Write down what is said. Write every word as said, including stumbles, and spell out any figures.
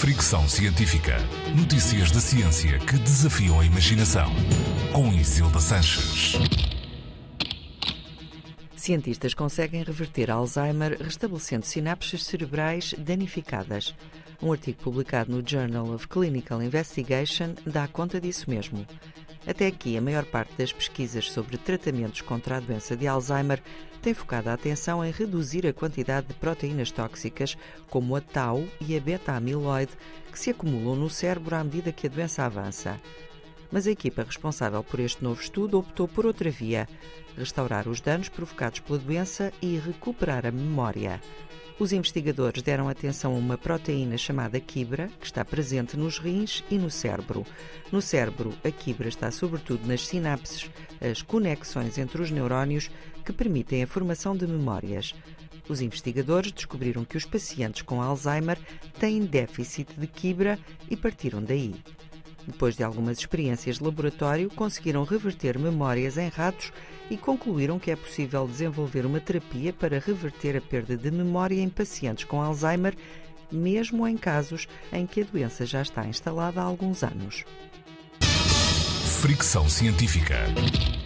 Fricção Científica. Notícias da ciência que desafiam a imaginação. Com Isilda Sanches. Cientistas conseguem reverter Alzheimer restabelecendo sinapses cerebrais danificadas. Um artigo publicado no Journal of Clinical Investigation dá conta disso mesmo. Até aqui, a maior parte das pesquisas sobre tratamentos contra a doença de Alzheimer tem focado a atenção em reduzir a quantidade de proteínas tóxicas, como a tau e a beta-amiloide, que se acumulam no cérebro à medida que a doença avança. Mas a equipa responsável por este novo estudo optou por outra via: restaurar os danos provocados pela doença e recuperar a memória. Os investigadores deram atenção a uma proteína chamada quibra, que está presente nos rins e no cérebro. No cérebro, a quibra está sobretudo nas sinapses, as conexões entre os neurónios que permitem a formação de memórias. Os investigadores descobriram que os pacientes com Alzheimer têm déficit de quibra e partiram daí. Depois de algumas experiências de laboratório, conseguiram reverter memórias em ratos e concluíram que é possível desenvolver uma terapia para reverter a perda de memória em pacientes com Alzheimer, mesmo em casos em que a doença já está instalada há alguns anos. Fricção Científica.